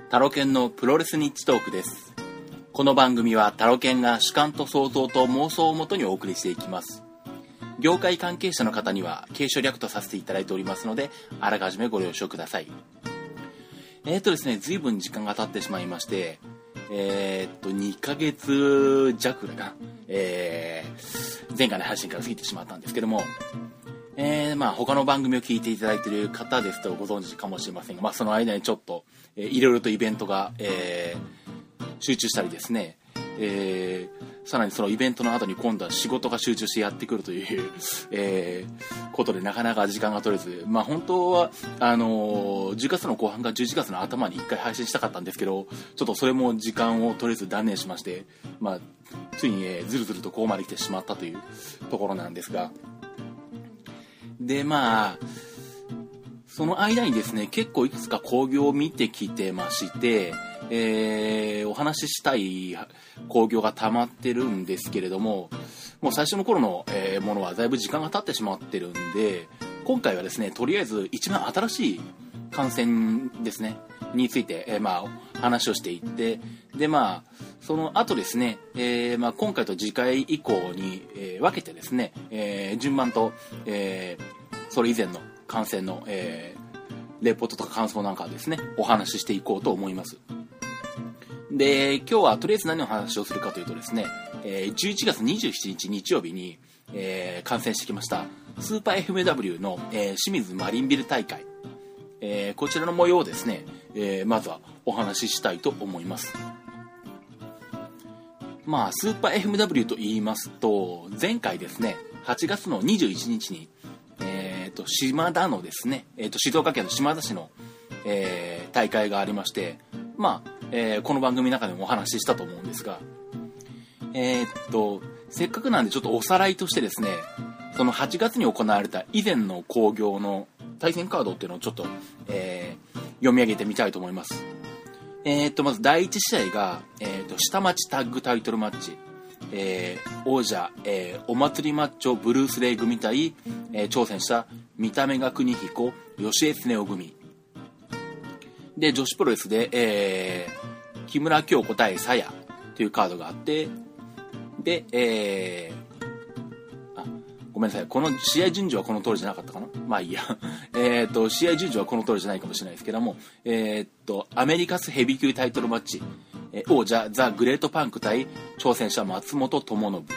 タロケンのプロレスニッチトークです。この番組はタロケンが主観と想像と妄想をもとにお送りしていきます。業界関係者の方には継承略とさせていただいておりますので、あらかじめご了承ください。ですね、随分時間が経ってしまいまして、2ヶ月弱だな、前回の配信から過ぎてしまったんですけども、他の番組を聞いていただいている方ですとご存知かもしれませんが、その間にちょっと、いろいろとイベントが、集中したりですね、さらにそのイベントの後に今度は仕事が集中してやってくるという、ことでなかなか時間が取れず、本当は10月の後半か11月の頭に1回配信したかったんですけど、ちょっとそれも時間を取れず断念しまして、ついに、ずるずるとここまで来てしまったというところなんですが、でその間にですね、結構いくつか興行を見てきてまして、お話ししたい興行が溜まってるんですけれども、もう最初の頃の、ものはだいぶ時間が経ってしまってるんで、今回はですね、とりあえず一番新しい観戦ですねについて、話をしていって、でその後ですね、今回と次回以降に、分けてですね、順番と、それ以前の観戦の、レポートとか感想なんかですね、お話ししていこうと思います。で、今日はとりあえず何の話をするかというとですね、11月27日日曜日に、観戦してきましたスーパー FMW の、清水マリンビル大会、こちらの模様をですね、まずはお話ししたいと思います。スーパー FMW と言いますと、前回ですね、8月の21日に島田のですね、静岡県の島田市の、大会がありまして、この番組の中でもお話ししたと思うんですが、せっかくなんでちょっとおさらいとしてですね、その8月に行われた以前の興行の対戦カードっていうのをちょっと、読み上げてみたいと思います。まず第1試合が、下町タッグタイトルマッチ、王者、お祭りマッチョブルースレイ組対、挑戦した見た目が国彦吉江恒夫組で、女子プロレスで、木村京子対さやというカードがあって、で、ごめんなさい、この試合順序はこの通りじゃなかったかな、いいや試合順序はこの通りじゃないかもしれないですけども、アメリカスヘビー級タイトルマッチ、王者ザ・グレートパンク対挑戦者松本智信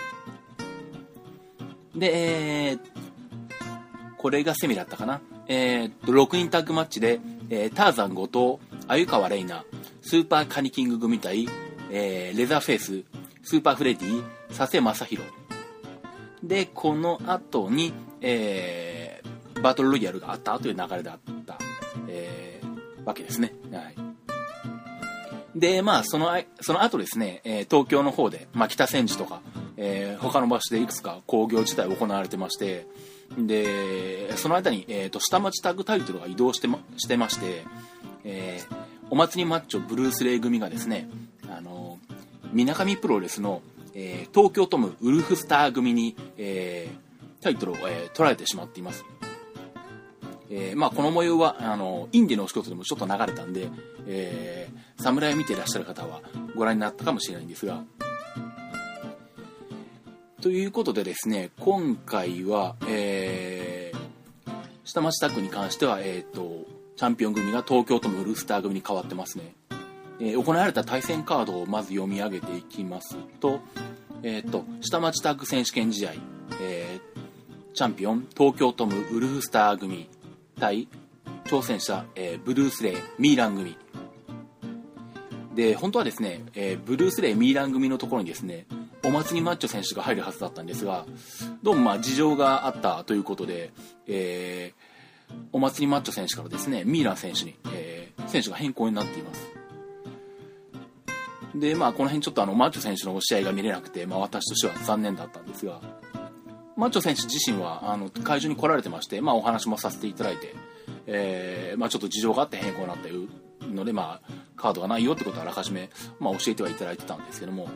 で、これがセミだったかな、6人タッグマッチで、ターザン後藤鮎川玲奈スーパーカニキング組対、レザーフェイススーパーフレディ佐世正宏で、この後に、バトルロイヤルがあったという流れだった、わけですね。で、その後ですね、東京の方で、北千住とか、他の場所でいくつか興行自体行われてまして、で、その間に、下町タッグタイトルが移動してまして、お祭りマッチョブルースレイ組がですね、みなかみプロレスの、東京トムウルフスター組に、タイトルを、取られてしまっています。この模様はインディのお仕事でもちょっと流れたんで、侍を見ていらっしゃる方はご覧になったかもしれないんですが、ということでですね、今回は、下町タッグに関しては、チャンピオン組が東京トムウルフスター組に変わってますね。行われた対戦カードをまず読み上げていきますと、下町タッグ選手権試合、チャンピオン東京トムウルフスター組対挑戦者、ブルースレイミーラン組で、本当はですね、ブルースレイミーラン組のところにですね、お祭りマッチョ選手が入るはずだったんですが、どうも事情があったということで、お祭りマッチョ選手からですね、ミーラン選手に、選手が変更になっています。で、この辺ちょっとマッチョ選手の試合が見れなくて、私としては残念だったんですが、マッチョ選手自身は会場に来られてまして、お話もさせていただいて、ちょっと事情があって変更になったので、カードがないよってことはあらかじめ、教えてはいただいてたんですけども、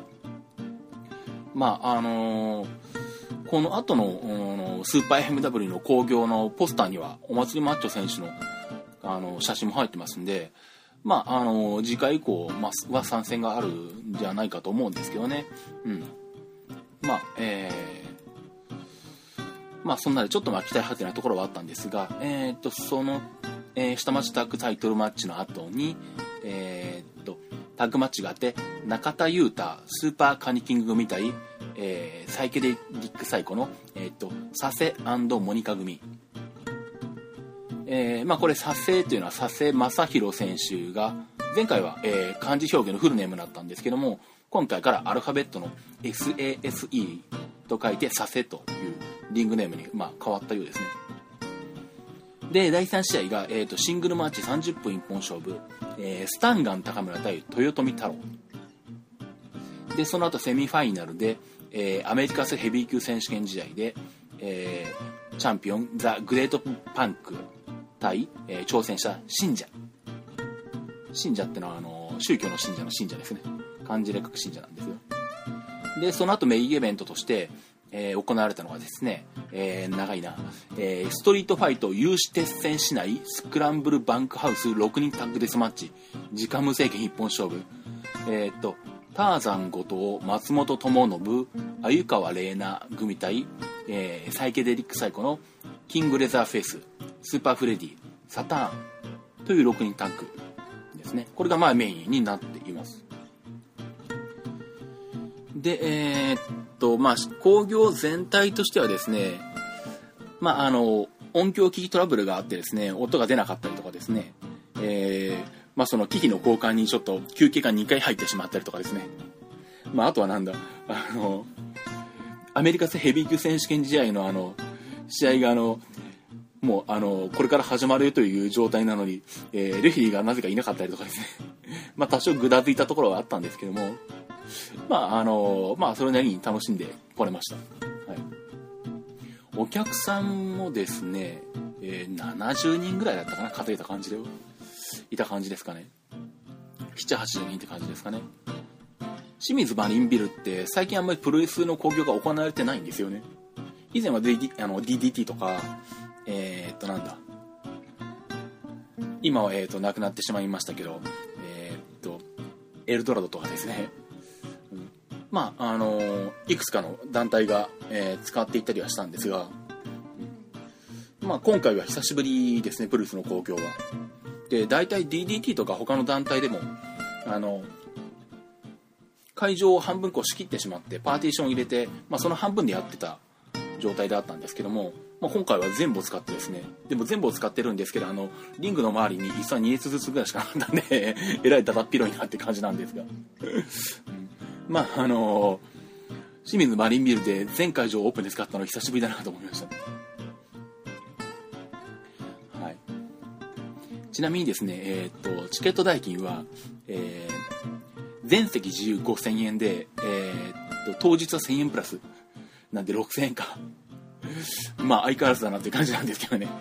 この後のスーパー FMW の興行のポスターにはお祭りマッチョ選手の写真も入ってますんで、 次回以降、は参戦があるんじゃないかと思うんですけどね。そんなでちょっと期待はてなところはあったんですが、その、下町タッグタイトルマッチの後に、タッグマッチがあって、中田裕太スーパーカニキング組対、サイケデリックサイコの、佐世&モニカ組。これ佐世というのは佐世正弘選手が前回は、漢字表記のフルネームだったんですけども、今回からアルファベットの SASE と書いて佐世というリングネームに、変わったようですね。で、第3試合が、シングルマッチ30分一本勝負、スタンガン高村対豊臣太郎で、その後セミファイナルで、アメリカスヘビー級選手権試合で、チャンピオンザ・グレートパンク対、挑戦者信者ってのは宗教の信者の信者ですね。漢字で書く信者なんですよ。で、その後メインイベントとして、行われたのがですね、長いな、ストリートファイト有刺鉄線市内スクランブルバンクハウス6人タッグデスマッチ時間無制限一本勝負、ターザン後藤松本智信鮎川玲奈組対、サイケデリックサイコのキングレザーフェイススーパーフレディサターンという6人タッグですね。これがメインになっています。で、興行全体としてはですね、音響機器トラブルがあってですね、音が出なかったりとかですね、その機器の交換にちょっと休憩が2回入ってしまったりとかですね。あとはアメリカヘビー級選手権試合の試合がもうこれから始まるという状態なのに、レフェリーがなぜかいなかったりとかですね。多少ぐだついたところはあったんですけども、それなりに楽しんでこれました。はい、お客さんもですね、70人ぐらいだったかな、数えた感じでいた感じですかね。7、80人って感じですかね。清水マリンビルって最近あんまりプロレスの興行が行われてないんですよね。以前は、DDT とか、今はなくなってしまいましたけど、エルドラドとかですね。いくつかの団体が、使っていったりはしたんですが、今回は久しぶりですね、プロレスの興行は。で、大体 DDT とか他の団体でも会場を半分仕切ってしまってパーティションを入れて、その半分でやってた状態であったんですけども、今回は全部を使ってですね、でも全部を使ってるんですけど、リングの周りに椅子は2列ずつぐらいしかなかったんでえらいだだっ広いなって感じなんですが清水マリンビルで全会場をオープンで使ったの久しぶりだなと思いました、はい、ちなみにですね、チケット代金は、全席自由5000円で、当日は1000円プラスなんで6000円か相変わらずだなっていう感じなんですけどね。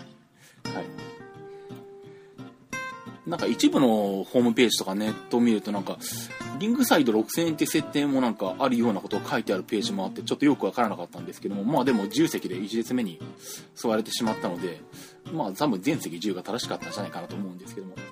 はい。一部のホームページとかネットを見るとリングサイド6000円って設定もあるようなことを書いてあるページもあってちょっとよくわからなかったんですけども、でも自由席で1列目に座れてしまったので、多分全席自由が正しかったんじゃないかなと思うんですけども。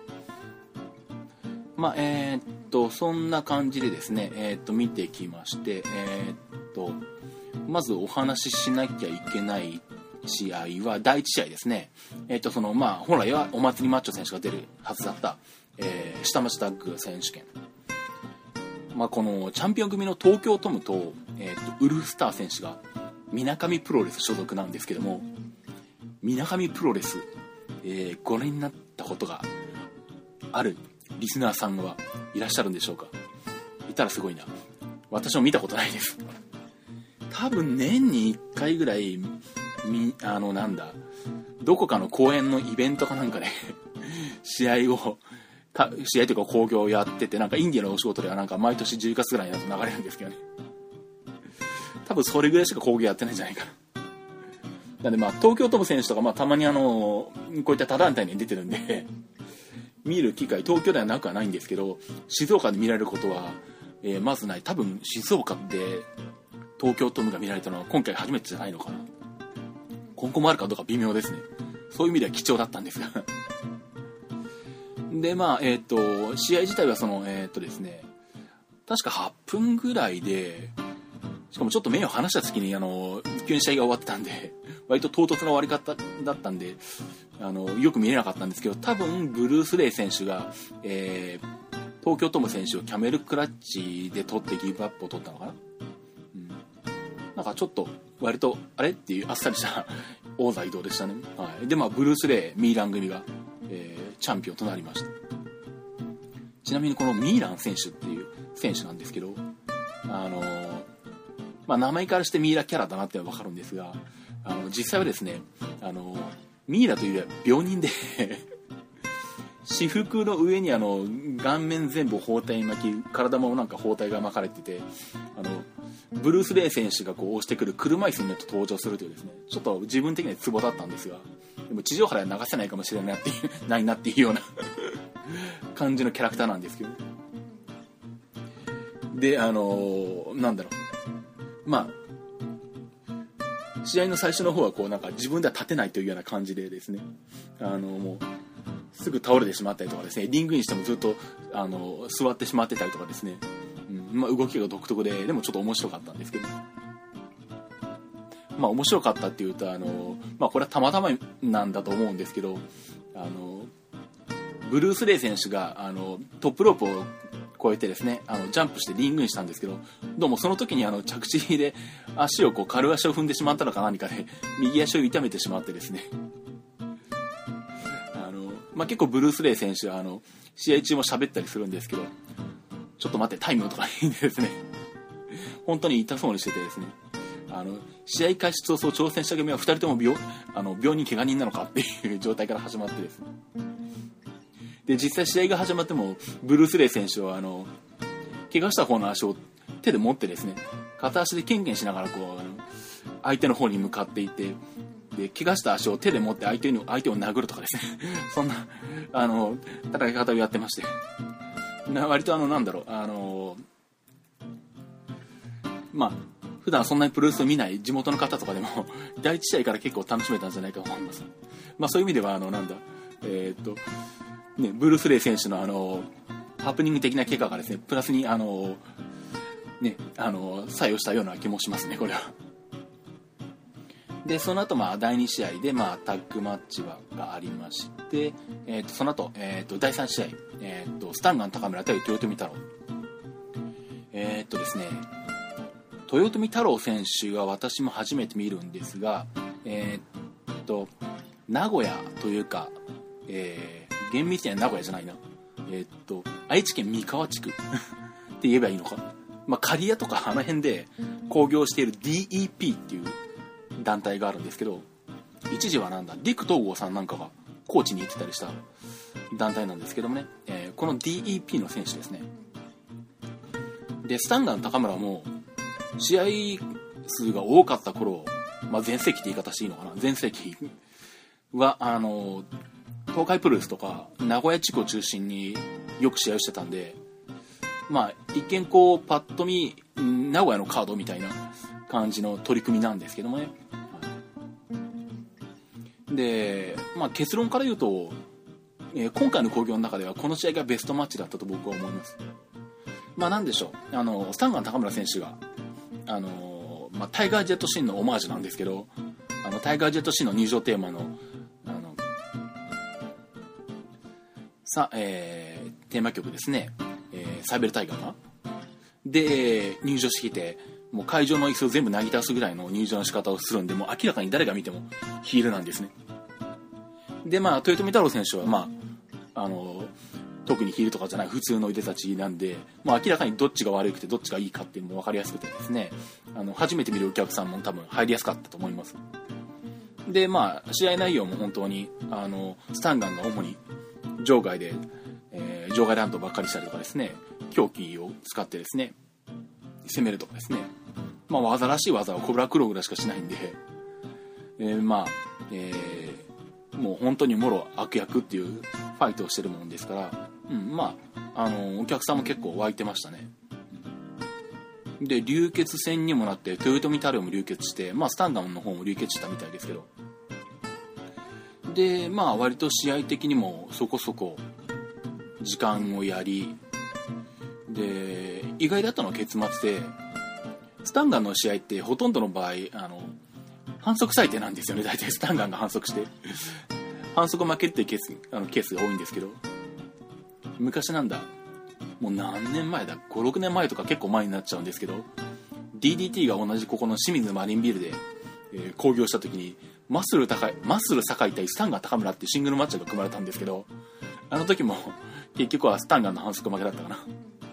そんな感じでですね、見てきまして、まずお話ししなきゃいけない試合は第1試合ですね。本来はお祭りマッチョ選手が出るはずだった、下町タッグ選手権。このチャンピオン組の東京トムと、ウルフスター選手がみなかみプロレス所属なんですけども、みなかみプロレス、ご覧になったことがあるリスナーさんはいらっしゃるんでしょうか。いたらすごいな。私も見たことないです。多分年に1回ぐらいどこかの公園のイベントかなんかで試合というか興行をやってて、インディアのお仕事では毎年10月ぐらいになると流れるんですけどね。多分それぐらいしか興行やってないんじゃないかな。なんで東京トム選手とかたまにこういった他団体に出てるんで見る機会東京ではなくはないんですけど、静岡で見られることは、まずない。多分静岡で東京トムが見られたのは今回初めてじゃないのかな。今後もあるかどうか微妙ですね。そういう意味では貴重だったんですがでまあ試合自体はそのですね、確か8分ぐらいで、しかもちょっと目を離した時に急に試合が終わってたんで割と唐突な終わり方だったんでよく見れなかったんですけど、多分ブルース・レイ選手が、東京トム選手をキャメルクラッチで取ってギブアップを取ったのかな、なんかちょっと割とあれっていうあっさりした王座移動でしたね。はい、でまあブルース・レイミーラン組が、チャンピオンとなりました。ちなみにこのミーラン選手っていう選手なんですけど、まあ、名前からしてミイラキャラだなって分かるんですが、実際はですねミイラというよりは病人で私服の上に顔面全部包帯巻き、体もなんか包帯が巻かれてて、ブルース・レイ選手がこう押してくる車椅子に乗って登場するというですね、ちょっと自分的にはツボだったんですが、でも地上波では流せないかもしれないなっていうような感じのキャラクターなんですけど、でなんだろう、まあ試合の最初の方はこうなんか自分では立てないというような感じでですね、もうすぐ倒れてしまったりとかですね、リングインしてもずっと座ってしまってたりとかですね、まあ、動きが独特で、でもちょっと面白かったんですけど、まあ面白かったっていうとまあこれはたまたまなんだと思うんですけど、ブルース・レイ選手がトップロープを越えてですねジャンプしてリングインしたんですけど、どうもその時に着地で足を軽足を踏んでしまったのか何かで右足を痛めてしまってですねまあ、結構ブルース・レイ選手は試合中も喋ったりするんですけど、ちょっと待ってタイムとか言ってですね本当に痛そうにしててですね、試合開始早々挑戦者組は2人とも病人怪我人なのかっていう状態から始まってですね、で実際試合が始まってもブルース・レイ選手は怪我した方の足を手で持ってですね、片足でケンケンしながらこう相手の方に向かっていて、で怪我した足を手で持って相手を殴るとかですねそんな戦い方をやってまして、割となんだろうまあ普段そんなにプロレスを見ない地元の方とかでも第一試合から結構楽しめたんじゃないかと思います。まあそういう意味ではなんだね、ブルース・レイ選手のハプニング的な結果がですねプラスにね作用したような気もしますね、これは。でその後まあ第2試合でまあタッグマッチがありまして、その後、第3試合、スタンガン高村対豊臣太郎。ですね、豊臣太郎選手が私も初めて見るんですが、名古屋というか、厳密には名古屋じゃないな、愛知県三河地区って言えばいいのか、まあ、刈谷とかあの辺で興行している DEP っていう団体があるんですけど、一時は陸東郷さんなんかがコーチに行ってたりした団体なんですけどもね、この DEP の選手ですね。でスタンガン高村も試合数が多かった頃、まあ、全盛期って言い方していいのかな、全盛期は東海プロレスとか名古屋地区を中心によく試合をしてたんで、まあ一見こうパッと見名古屋のカードみたいな感じの取り組みなんですけどもね。で、まあ、結論から言うと、今回の興行の中ではこの試合がベストマッチだったと僕は思います。まあなんでしょう、スタンガン高村選手がまあ、タイガージェットシーンのオマージュなんですけど、タイガージェットシーンの入場テーマのテーマ曲ですね、サイベルタイガーかで入場してきて、もう会場の椅子を全部なぎ倒すぐらいの入場の仕方をするんで、もう明らかに誰が見てもヒールなんですね。でまあ豊臣太郎選手はまあ特にヒールとかじゃない普通のいでたちなんで、もう明らかにどっちが悪くてどっちがいいかっていうのも分かりやすくてですね、初めて見るお客さんも多分入りやすかったと思います。でまあ試合内容も本当にスタンガンが主に場外で、場外乱闘ばっかりしたりとかですね、凶器を使ってですね攻めるとかですね、まあ技らしい技をコブラクローぐらいしかしないんで、まあ、もう本当にもろ悪役っていうファイトをしてるもんですから、まあお客さんも結構湧いてましたね。で流血戦にもなって豊臣太郎も流血して、まあ、スタンガンの方も流血したみたいですけど、でまあ割と試合的にもそこそこ時間をやり、で意外だったのは結末で、スタンガンの試合ってほとんどの場合反則裁定なんですよね。大体スタンガンが反則して反則負けっていうケースが多いんですけど、昔なんだ、もう何年前だ、5、6年前とか結構前になっちゃうんですけど、 DDT が同じここの清水マリンビルで、興行した時にマッスル酒井対スタンガン高村っていうシングルマッチが組まれたんですけど、あの時も結局はスタンガンの反則負けだったかな。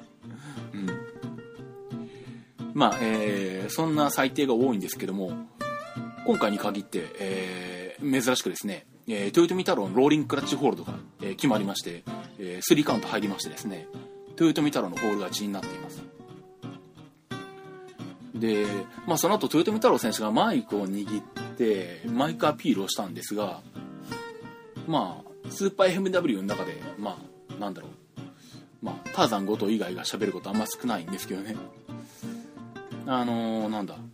まあ、そんな裁定が多いんですけども、今回に限って、珍しくですね、豊臣太郎のローリングクラッチホールドが、決まりまして、3カウント入りましてですね、豊臣太郎のホール勝ちになっています。で、まあ、その後豊臣太郎選手がマイクを握ってマイクアピールをしたんですが、まあスーパー FMW の中で、まあなんだろう、まあターザン後藤以外が喋ることあんま少ないんですけどね、なんだ、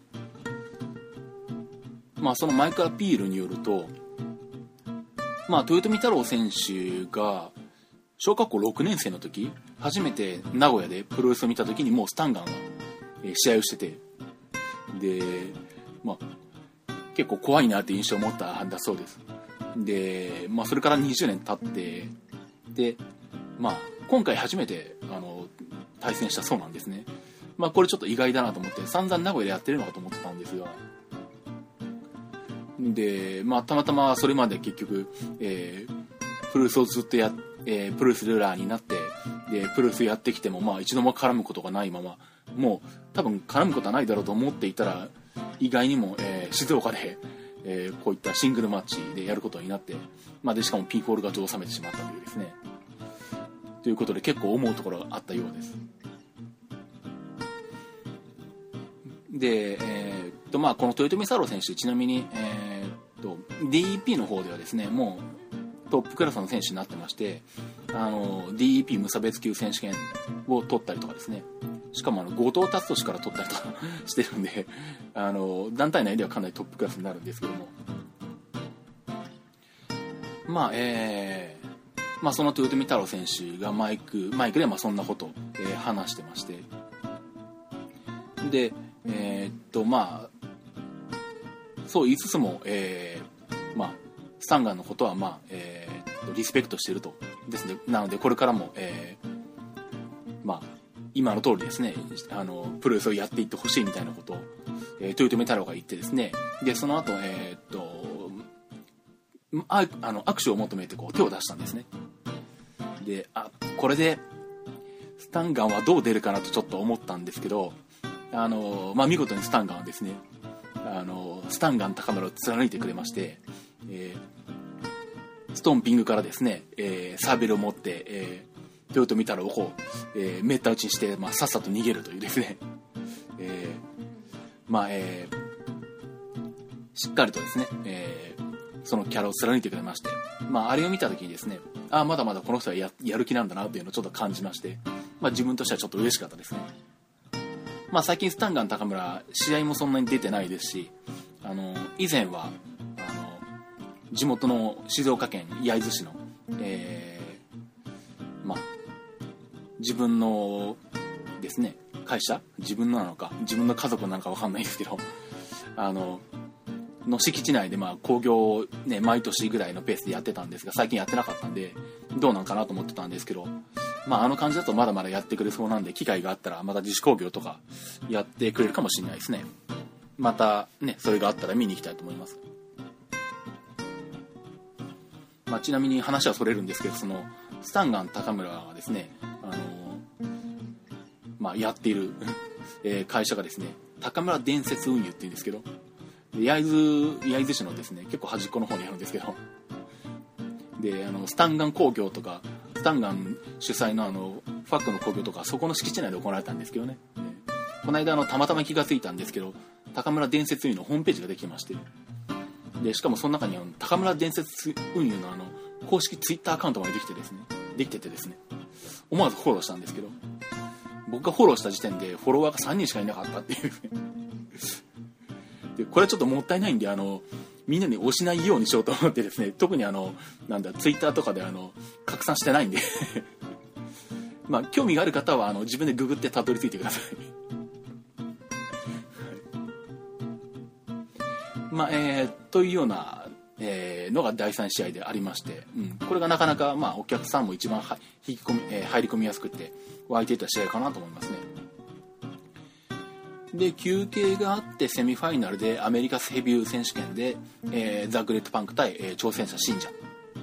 まあそのマイクアピールによると、まあ豊臣太郎選手が小学校6年生の時、初めて名古屋でプロレスを見た時にもうスタンガンが試合をしてて、で、まあ結構怖いなって印象を持ったんだそうです。で、まあそれから20年経って、で、まあ今回初めて対戦したそうなんですね。まあこれちょっと意外だなと思って、散々名古屋でやってるのかと思ってたんですが、で、まあたまたまそれまで結局、プロレスをずっとプロレスルーラーになって、でプロレスやってきても、まあ一度も絡むことがないまま、もう多分絡むことはないだろうと思っていたら、意外にも、静岡で、こういったシングルマッチでやることになって、まあ、でしかもピンフォール勝ちを収めてしまったというですね、ということで結構思うところがあったようです。で、まあ、この豊臣太郎選手、ちなみに、DEP の方ではですね、もうトップクラスの選手になってまして、DEP 無差別級選手権を取ったりとかですね、しかも後藤達俊から取ったりとかしてるんで、団体内ではかなりトップクラスになるんですけども、まあ、まあその豊臣太郎選手がマイクでまあそんなことを、話してまして、で、まあそう言いつつも、まあスタンガンのことはまあ、リスペクトしているとですね。なのでこれからも、まあ今の通りですね、プロレスをやっていってほしいみたいなことを、豊臣太郎が言ってですね、でその後、握手を求めてこう手を出したんですね。で、これでスタンガンはどう出るかなとちょっと思ったんですけど、まあ、見事にスタンガンはですね、スタンガン高村を貫いてくれまして、ストンピングからですね、サーベルを持って、豊臣太郎をこう、めった打ちにして、まあ、さっさと逃げるというですね、まあ、しっかりとですね、そのキャラを貫いてくれまして、まあ、あれを見た時にですね、まだまだこの人は やる気なんだなというのをちょっと感じまして、まあ、自分としてはちょっと嬉しかったですね。まあ、最近スタンガン高村試合もそんなに出てないですし、以前は地元の静岡県焼津市の、まあ、自分のですね会社、自分のなのか自分の家族なのか分かんないですけど、の敷地内でまあ興行を、ね、毎年ぐらいのペースでやってたんですが、最近やってなかったんでどうなんかなと思ってたんですけど、まあ、感じだとまだまだやってくれそうなんで、機会があったらまた自主興行とかやってくれるかもしれないですね。またね、それがあったら見に行きたいと思います。まあ、ちなみに話はそれるんですけど、そのスタンガン高村がですね、まあ、やっている会社がですね、高村伝説運輸っていうんですけど、焼津市のですね、結構端っこの方にあるんですけど、でスタンガン工業とかスタンガン主催のファックの工業とかそこの敷地内で行われたんですけどね、この間たまたま気がついたんですけど、高村伝説運輸のホームページができてまして、でしかもその中に高村伝説運輸の公式ツイッターアカウントまでできててですね、思わずフォローしたんですけど、僕がフォローした時点でフォロワーが3人しかいなかったっていうで、これはちょっともったいないんでみんなに押しないようにしようと思ってですね、特にツイッターとかで拡散してないんでまあ興味がある方は自分でググってたどり着いてください。まあというような、のが第3試合でありまして、これがなかなか、まあ、お客さんも一番入り込みやすくて湧いていた試合かなと思いますね。で休憩があってセミファイナルでアメリカヘビー選手権で、ザ・グレートパンク対、挑戦者信者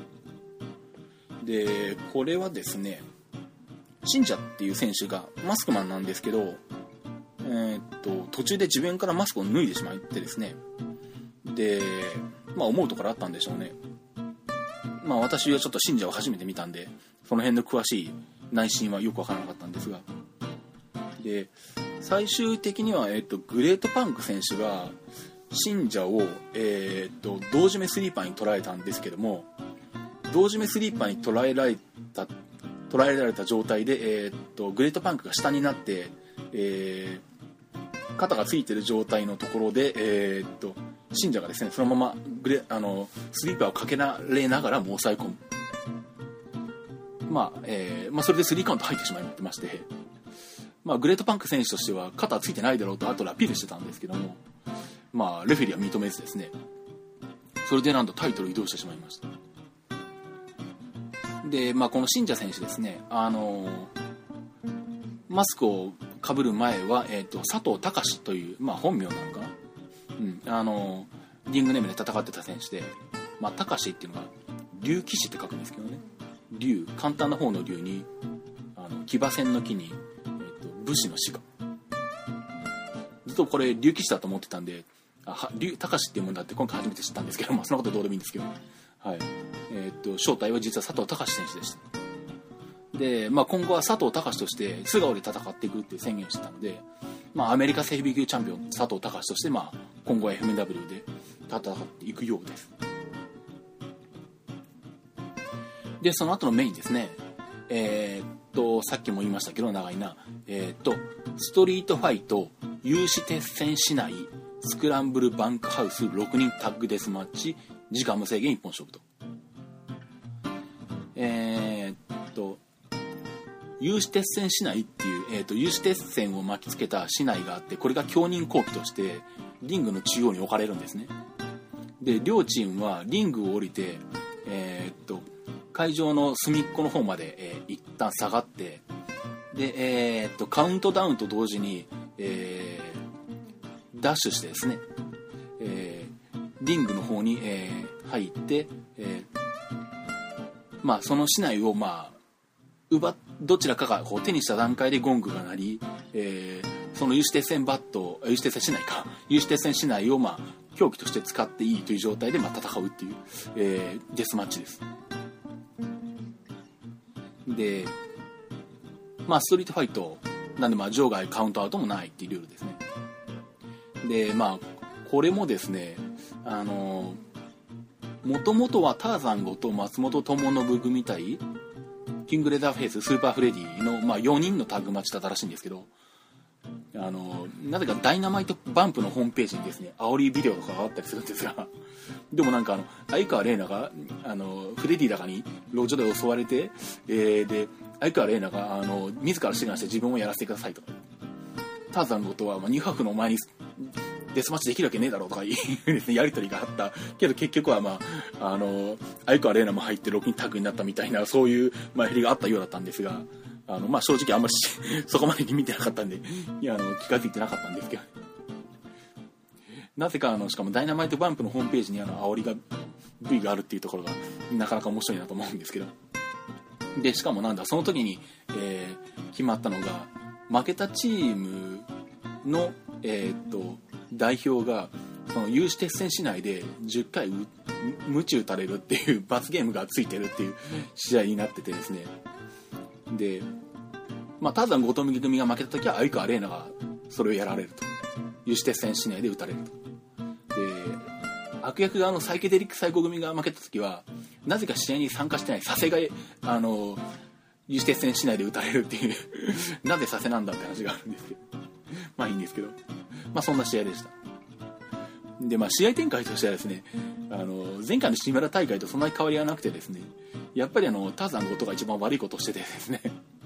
で、これはですね、信者っていう選手がマスクマンなんですけど、途中で自分からマスクを脱いでしまってですね、で、まあ思うところあったんでしょうね。まあ私はちょっと信者を初めて見たんで、その辺の詳しい内心はよくわからなかったんですが、で最終的には、グレートパンク選手が信者を、同締めスリーパーに捉えたんですけども、同締めスリーパーに捉えられた状態で、グレートパンクが下になって、肩がついてる状態のところで、信者がですねそのままスリーパーをかけられながらも抑え込む、まあそれでスリーカウント入ってしまってまして、まあ、グレートパンク選手としては肩ついてないだろうと後でアピールしてたんですけども、まあ、レフェリーは認めずですね、それでなんとタイトルを移動してしまいました。で、まあ、この信者選手ですね、マスクをかぶる前は、佐藤隆という、まあ、本名なのかな、リングネームで戦ってた選手で、まあ、隆っていうのが竜騎士って書くんですけどね、竜、簡単な方の竜に騎馬戦の木に武士の士が、ずっとこれ竜騎士だと思ってたんで、隆っていうもんだって今回初めて知ったんですけど、まあ、そんなことどうでもいいんですけど、はい、正体は実は佐藤隆選手でした。で、まあ、今後は佐藤隆として素顔で戦っていくっていう宣言をしてたので、まあ、アメリカヘビー級チャンピオン佐藤隆として、まあ、今後は FMW で戦っていくようです。でその後のメインですね、さっきも言いましたけど長いな、ストリートファイト有刺鉄線市内スクランブルバンクハウス6人タッグデスマッチ時間無制限一本勝負と、有刺鉄線市内っていう、有刺鉄線を巻きつけた市内があって、これが強忍攻撃としてリングの中央に置かれるんですね。で両チームはリングを降りて、会場の隅っこの方まで、一旦下がって、で、カウントダウンと同時に、ダッシュしてですね、リングの方に、入って、まあ、その市内を、まあ、どちらかがこう手にした段階でゴングが鳴り、その有刺鉄線市内を、まあ、凶器として使っていいという状態で、まあ、戦うっていう、デスマッチです。で、まあ、ストリートファイトなんで、まあ、場外カウントアウトもないっていうルールですね。で、まあ、これもですね、もともとはターザンゴと松本智信組対キングレザーフェイススーパーフレディの、まあ、4人のタッグマッチだったらしいんですけど、なぜかダイナマイトバンプのホームページにですね煽りビデオとかがあったりするんですが、でもなんか相川玲奈がフレディだかに路上で襲われて、で相川玲奈が自ら志願して自分をやらせてくださいとか、ターザンゴとは、まあ、ニューハーフのお前にデスマッチできるわけねえだろうとかいうですねやり取りがあったけど、結局は、まあ相川玲奈も入って6人タッグになったみたいな、そういう前振りがあったようだったんですが、まあ、正直あんまりそこまで見てなかったんで気が付いてなかったんですけど、なぜかしかもダイナマイトバンプのホームページに煽りが V があるっていうところがなかなか面白いなと思うんですけど、でしかもその時に、決まったのが負けたチームの、代表がその有刺鉄線市内で10回鞭打たれるっていう罰ゲームがついてるっていう試合になっててですね、で、まあ、ターザンゴトミ組が負けた時は相川玲奈がそれをやられると、有刺鉄線市内で打たれると。で悪役側のサイケデリック最高組が負けた時はなぜか試合に参加してない佐世が有刺鉄線市内で打たれるっていうなぜ佐世なんだって話があるんですけどまあいいんですけど、まあそんな試合でした。で、まあ試合展開としてはですね、前回の新村大会とそんなに変わりはなくてですね、やっぱりターザンゴトが一番悪いことをしててですね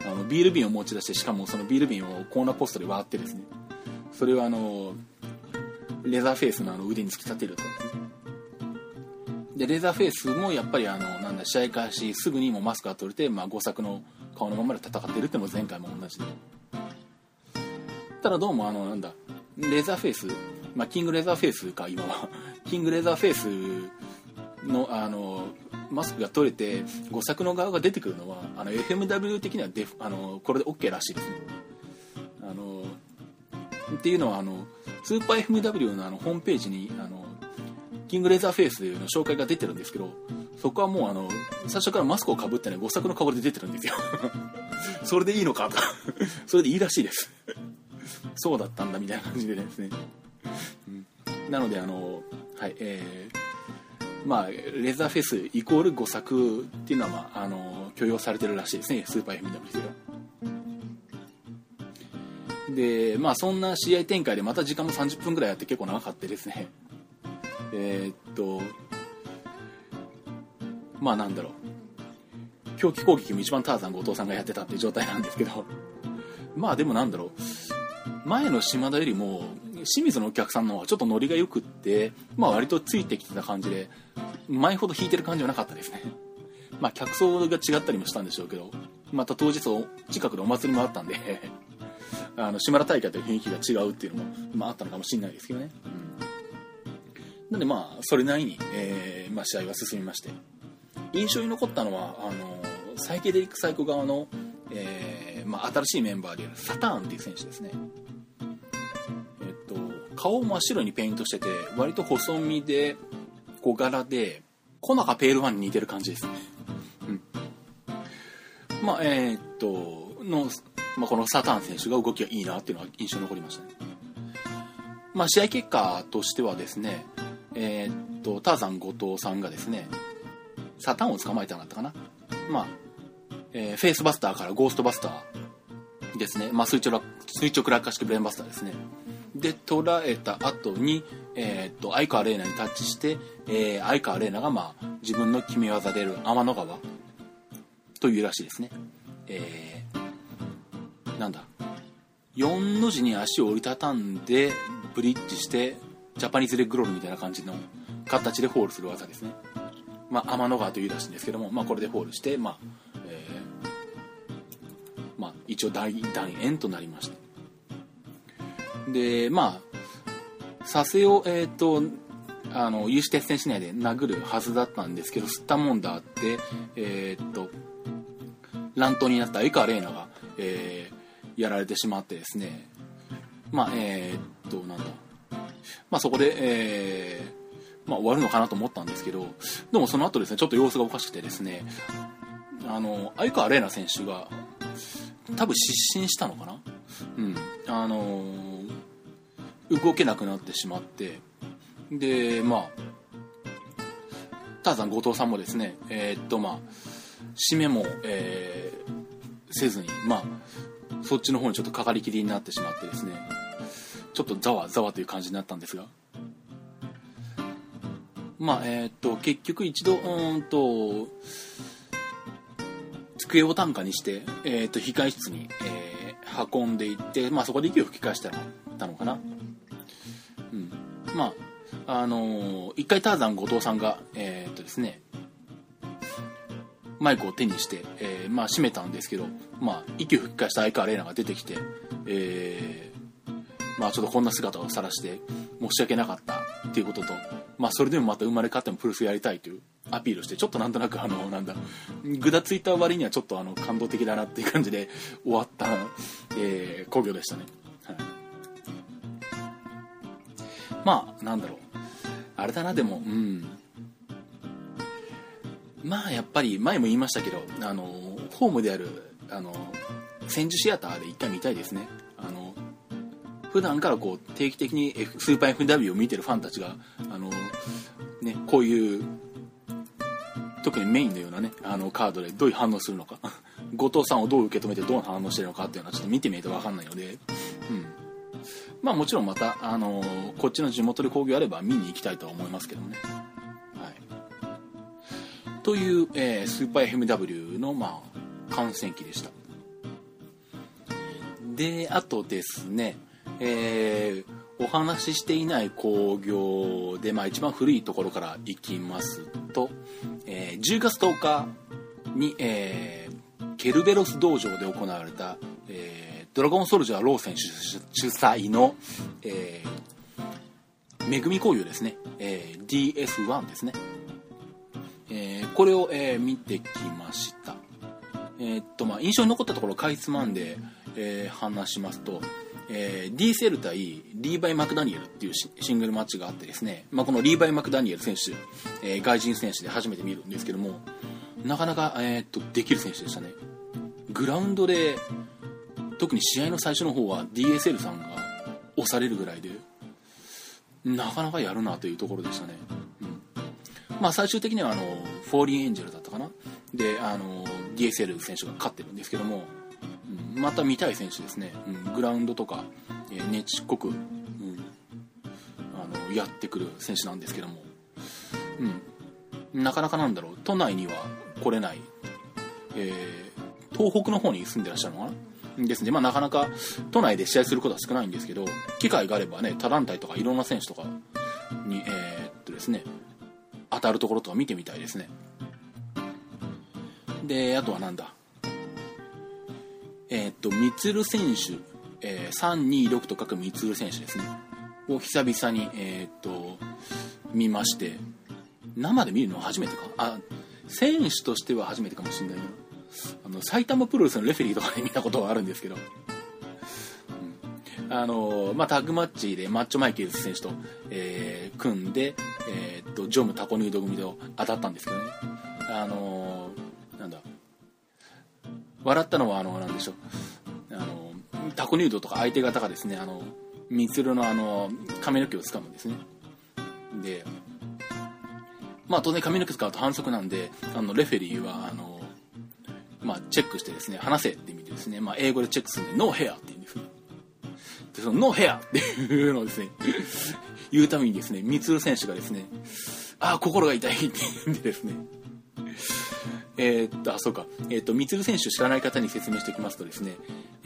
ビール瓶を持ち出して、しかもそのビール瓶をコーナーポストで割ってですね、それをレザーフェイスの腕に突き立てるとかですね。でレーザーフェイスもやっぱり試合開始すぐにもマスクが取れて、5作の顔のままで戦っているっていうのも前回も同じで、ただどうもレーザーフェイス、キングレーザーフェイスか今はキングレーザーフェイスのマスクが取れて5作の側が出てくるのはFMW 的にはこれで OK らしいですね。っていうのはスーパー FMW のホームページにキングレーザーフェイスの紹介が出てるんですけど、そこはもう最初からマスクをかぶってね5作の顔で出てるんですよそれでいいのかとかそれでいいらしいですそうだったんだみたいな感じでですね、なのではい、レーザーフェイスイコール5作っていうのは、許容されてるらしいですね、スーパー FMW では。でそんな試合展開でまた時間も30分ぐらいやって結構長かったですね。なんだろう、狂気攻撃も一番ターザン後藤さんがやってたっていう状態なんですけど、でもなんだろう、前の島田よりも清水のお客さんの方がちょっとノリがよくって、割とついてきてた感じで、前ほど弾いてる感じはなかったですね。客層が違ったりもしたんでしょうけど、また当日近くでお祭りもあったんで島田大会という雰囲気が違うっていうのも、あったのかもしれないですけどね。なんでそれなりに、試合は進みまして、印象に残ったのはサイケデリックサイコ側の、新しいメンバーであるサターンっていう選手ですね。顔を真っ白にペイントしてて、割と細身で小柄でコナカペールワンに似てる感じですね。このサターン選手が動きがいいなっていうのは印象に残りましたね。試合結果としてはですね、ターザン後藤さんがですね、サターンを捕まえたんだったかな。フェイスバスターからゴーストバスターですね。垂直落下式ブレーンバスターですね。で捉えた後に、相川玲奈にタッチして、相川玲奈が自分の決め技である天の川というらしいですね。4の字に足を折りたたんでブリッジしてジャパニーズレッグロールみたいな感じの形でホールする技ですね。天の川というらしいんですけども、これでホールして、一応大円となりました。でさせを有刺鉄線しないで殴るはずだったんですけど、吸ったもんだって乱闘になった相川玲奈が、やられてしまってですね、そこで、終わるのかなと思ったんですけど、でもその後ですね、ちょっと様子がおかしくてですね、相川玲奈選手が多分失神したのかな、動けなくなってしまって、でターザン後藤さんもですね、締めも、せずにそっちの方にちょっとかかりきりになってしまってですね、ちょっとざわざわという感じになったんですが、結局一度机を担架にして、控室に、運んでいって、そこで息を吹き返したのかな。一回ターザン後藤さんがですね、マイクを手にして、閉めたんですけど、息を吹き返した相川玲奈が出てきて、ちょっとこんな姿を晒して申し訳なかったっていうことと、それでもまた生まれ変わってもプルスやりたいというアピールをして、ちょっとなんとなくぐだついた割にはちょっと感動的だなっていう感じで終わった、興行でしたね。なんだろう、あれだな、でもやっぱり前も言いましたけど、ホームである千住シアターで一回見たいですね。普段から定期的にスーパー FW を見てるファンたちがこういう特にメインのようなねカードでどういう反応するのか後藤さんをどう受け止めてどう反応してるのかっていうのはちょっと見てみないと分かんないので、もちろんまたこっちの地元で興行あれば見に行きたいとは思いますけどね。という、スーパー FMW の観戦記でした。 で、あとですね、お話ししていない興行で、一番古いところからいきますと、10月10日に、ケルベロス道場で行われた、ドラゴンソルジャーロー選手主催の、めぐみ興行ですね、DS1 ですね、これを、見てきました。印象に残ったところをかいつまんで、話しますと、DSL 対リーバイ・マクダニエルっていうシングルマッチがあってですね、このリーバイ・マクダニエル選手、外人選手で初めて見るんですけども、なかなか、できる選手でしたね。グラウンドで特に試合の最初の方は DSL さんが押されるぐらいで、なかなかやるなというところでしたね。最終的にはフォーリーエンジェルだったかなでDSL 選手が勝ってるんですけども、また見たい選手ですね。グラウンドとか、ねちっこく、やってくる選手なんですけども、なかなか都内には来れない、東北の方に住んでらっしゃるのかなですね。なかなか都内で試合することは少ないんですけど、機会があればね、他団体とかいろんな選手とかにですね、当たるところとか見てみたいですね。で、あとはみつる選手、326と書くみつる選手ですねを久々に、見まして、生で見るのは初めてか、選手としては初めてかもしれないな。埼玉プロレスのレフェリーとかで見たことはあるんですけど、タッグマッチでマッチョマイケルズ選手と、組んで、ジョムタコヌード組と当たったんですけどね。笑ったのはなんでしょう、タコヌードとか相手方がですね、ミツルの髪の毛を掴むんですね。で、当然髪の毛使うと反則なんで、レフェリーはチェックしてですね、話せって意味でですね、英語でチェックするんでノーヘアって言うんです。で、そのノーヘアっていうのをですね言うためにですね、ミツル選手がですね、心が痛いって言うんでですね、そうか、みつる選手知らない方に説明しておきますとですね、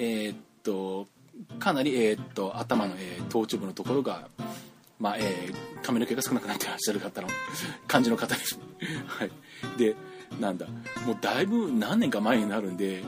かなり、頭の、頭頂部のところが、髪の毛が少なくなってらっしゃる方の感じの方です。はい。で、もうだいぶ何年か前になるんで、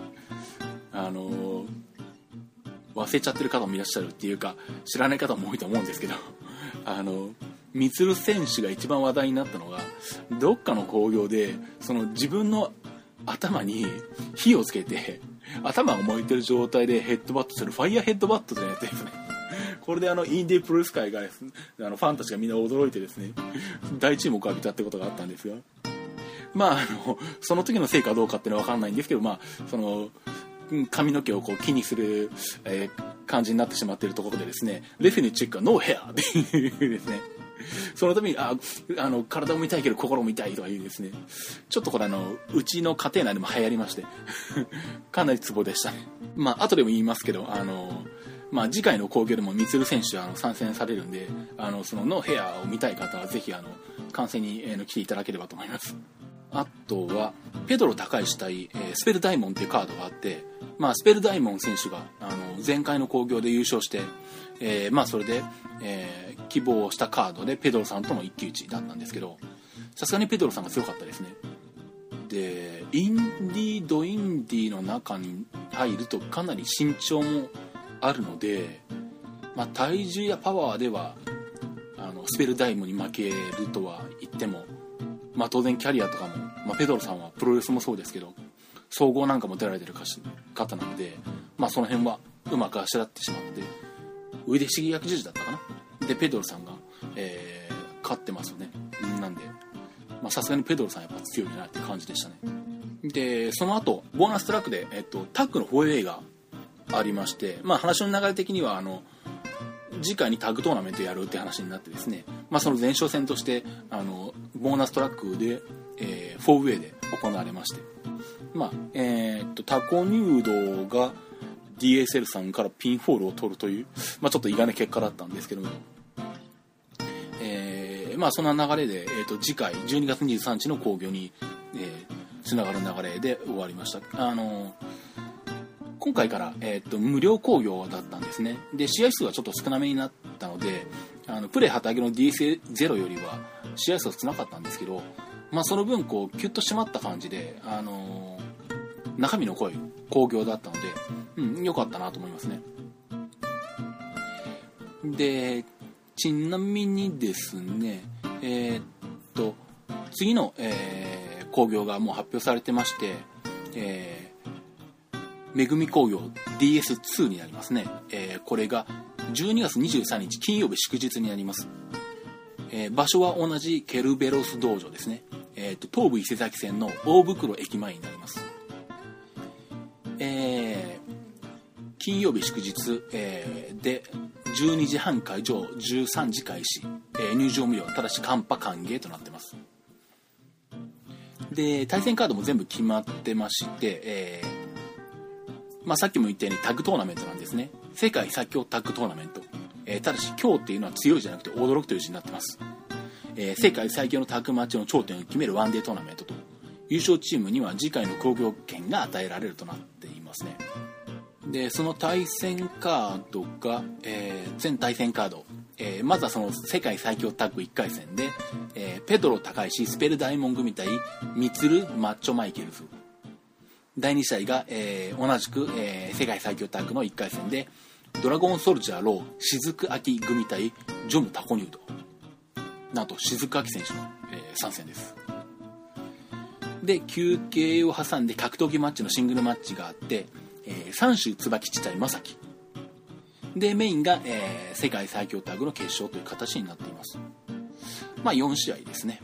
忘れちゃってる方もいらっしゃるっていうか、知らない方も多いと思うんですけど、みつる選手が一番話題になったのが、どっかの興行でその自分の頭に火をつけて頭が燃えてる状態でヘッドバットするファイヤーヘッドバットというやつですね。これでインディープロレス界がですね、ファンたちがみんな驚いてですね、大注目を浴びたってことがあったんですが、その時のせいかどうかっていうのは分かんないんですけど、その髪の毛を気にする、感じになってしまっているところでですね、レフェリーチェックはノーヘアっていうですね、そのために体も痛いけど心も痛いとかいうですね、ちょっとこれうちの家庭内でも流行りましてかなりツボでしたね。後でも言いますけど、次回の興行でもみつる選手参戦されるんで、そのノーヘアを見たい方はぜひ観戦に、来ていただければと思います。あとはペドロ高石対、スペルダイモンっていうカードがあって、スペルダイモン選手が前回の興行で優勝して、それで、希望したカードでペドロさんとの一騎打ちだったんですけど、さすがにペドロさんが強かったですね。で、インディーの中に入るとかなり身長もあるので、体重やパワーではスペルダイモンに負けるとは言っても、当然キャリアとかも、ペドロさんはプロレスもそうですけど総合なんかも出られてる方なので、その辺はうまくあしらってしまって、腕ひしぎ焼き十字だったかなでペドロさんが、勝ってますよね。なんでさすがにペドロさんやっぱ強いなって感じでしたね。で、その後ボーナストラックで、タッグの 4way がありまして、話の流れ的には次回にタッグトーナメントやるって話になってですね、その前哨戦としてボーナストラックで、4way で行われまして、タコニュードが DSL さんからピンフォールを取るという、ちょっと意外な結果だったんですけども、そんな流れで、次回12月23日の興行に、つながる流れで終わりました。今今回から、無料興行だったんですね。で試合数はちょっと少なめになったので、プレイ旗揚げの DS0 よりは試合数は少なかったんですけど、その分こうキュッと締まった感じで、中身の濃い興行だったので、良かったなと思いますね。でちなみにですね、次の、興行がもう発表されてまして、めぐみ工業 DS2 になりますね。これが12月23日金曜日祝日になります。場所は同じケルベロス道場ですね。東武伊勢崎線の大袋駅前になります。金曜日祝日、で12時半会場、13時開始、入場無料、ただしカンパ歓迎となってます。で対戦カードも全部決まってまして、さっきも言ったようにタッグトーナメントなんですね。世界最強タッグトーナメント、ただし今日っていうのは強いじゃなくて驚くという字になってます。世界最強のタッグマッチの頂点を決めるワンデートーナメントと、優勝チームには次回の興行権が与えられるとなっていますね。でその対戦カードが、全対戦カード、まずはその世界最強タッグ1回戦で、ペドロ高石スペルダイモン組対ミツルマッチョマイケルズ。第2試合が、同じく、世界最強タッグの1回戦でドラゴンソルジャーロー雫秋組対ジョムタコニュード。なんと雫秋選手の、参戦です。で休憩を挟んで格闘技マッチのシングルマッチがあって、三州椿地対正樹でメインが、世界最強タッグの決勝という形になっています。4試合ですね。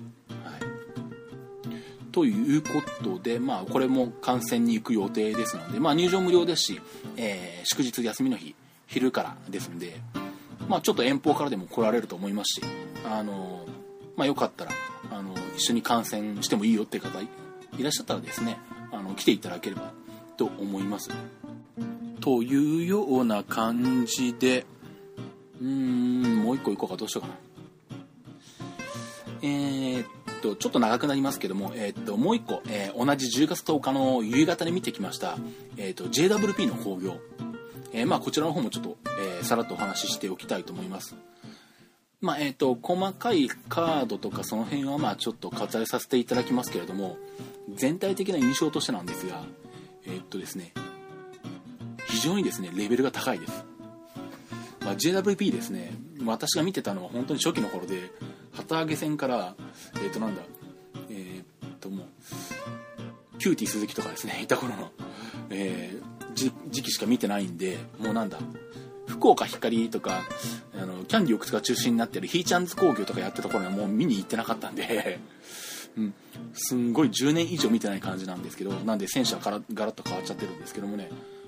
ということで、これも観戦に行く予定ですので、入場無料ですし、祝日休みの日昼からですので、ちょっと遠方からでも来られると思いますし、よかったら一緒に観戦してもいいよって方いらっしゃったらですね、来ていただければと思います。というような感じで、もう一個行こうか。どうしようかな。ちょっと長くなりますけども、もう一個、同じ10月10日の夕方に見てきました、JWP の興行、こちらの方もちょっと、さらっとお話ししておきたいと思います。細かいカードとかその辺はちょっと割愛させていただきますけれども、全体的な印象としてなんですが、ですね、非常にですねレベルが高いです。JWP ですね、私が見てたのは本当に初期の頃で、旗揚げ戦からもうキューティー鈴木とかですねいた頃の、時期しか見てないんで、もう福岡光とかキャンディー奥津が中心になってるヒーチャンズ工業とかやってた頃にはもう見に行ってなかったんで、すんごい10年以上見てない感じなんですけど、なんで選手はガラッと変わっちゃってるんですけどもね、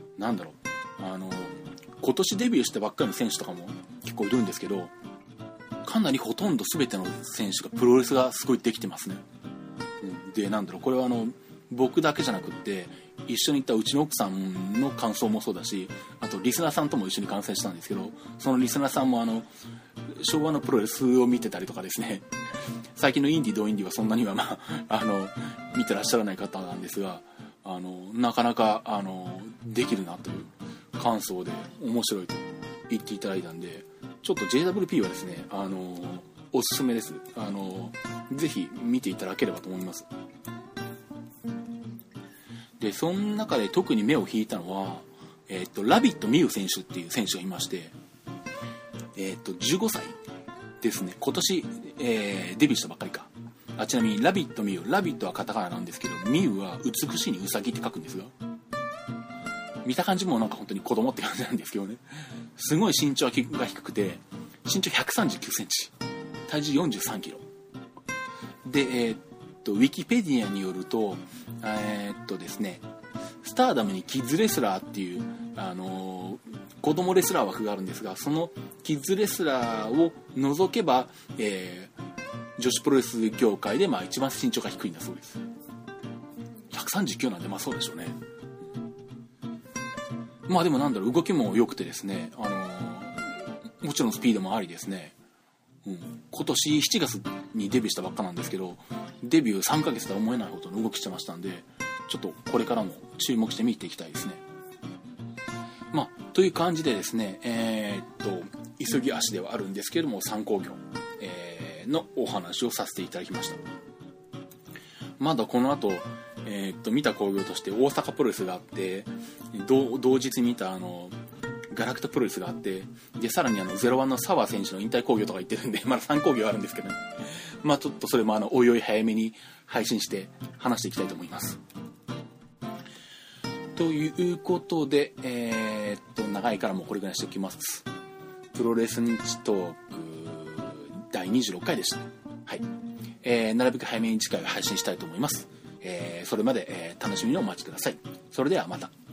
今年デビューしたばっかりの選手とかも結構いるんですけど、かなりほとんど全ての選手がプロレスがすごいできてますね。でこれは僕だけじゃなくって一緒に行ったうちの奥さんの感想もそうだし、あとリスナーさんとも一緒に観戦したんですけど、そのリスナーさんも昭和のプロレスを見てたりとかですね、最近のインディ同インディはそんなには見てらっしゃらない方なんですが、なかなかできるなという感想で面白いと言っていただいたんで、ちょっと JWP はですねおすすめです。ぜひ見ていただければと思います。でその中で特に目を引いたのは、ラビットミユ選手っていう選手がいまして、15歳ですね。今年、デビューしたばっかりか。ちなみにラビットミユ、ラビットはカタカナなんですけど、ミユは美しいにウサギって書くんですが、見た感じも本当に子供って感じなんですけどね、すごい身長が低くて、身長139センチ、体重43キロで、ウィキペディアによると、ですね、スターダムにキッズレスラーっていう、子供レスラー枠があるんですが、そのキッズレスラーを除けば、女子プロレス業界で一番身長が低いんだそうです。139なんでそうでしょうね。でも動きも良くてですね、もちろんスピードもありですね、今年7月にデビューしたばっかなんですけど、デビュー3ヶ月とは思えないほどの動きしてましたんで、ちょっとこれからも注目して見ていきたいですね。 という感じでですね、急ぎ足ではあるんですけれども、3工業、のお話をさせていただきました。まだこの後、見た工業として大阪プロレスがあって、同日に見たガラクタプロレスがあって、でさらに01の澤選手の引退工業とか言ってるんで、まだ3工業あるんですけどね、ちょっとそれもおいおい早めに配信して話していきたいと思います。ということで、長いからもうこれぐらいにしておきます。プロレス日トーク第26回でした。はい。なるべく早めに次回は配信したいと思います。それまで、楽しみにお待ちください。それではまた。